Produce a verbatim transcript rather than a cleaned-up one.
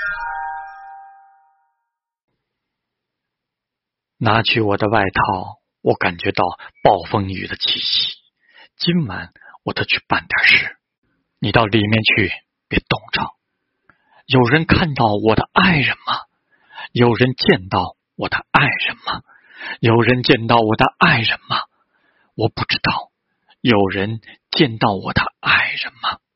拿起我的外套，我感觉到暴风雨的气息。今晚我得去办点事，你到里面去，别冻着。有人看到我的爱人吗？有人见到我的爱人吗？有人见到我的爱人吗？我不知道，有人见到我的爱人吗？